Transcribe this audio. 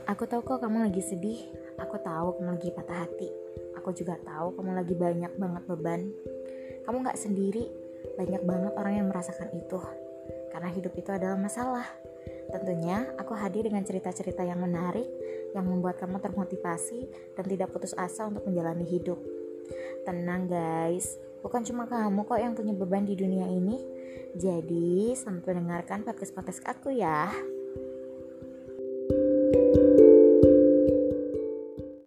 Aku tahu kok kamu lagi sedih. Aku tahu kamu lagi patah hati. Aku juga tahu kamu lagi banyak banget beban. Kamu gak sendiri. Banyak banget orang yang merasakan itu. Karena hidup itu adalah masalah. Tentunya aku hadir dengan cerita-cerita yang menarik, yang membuat kamu termotivasi dan tidak putus asa untuk menjalani hidup. Tenang guys, bukan cuma kamu kok yang punya beban di dunia ini. Jadi, sampai mendengarkan podcast-podcast aku ya.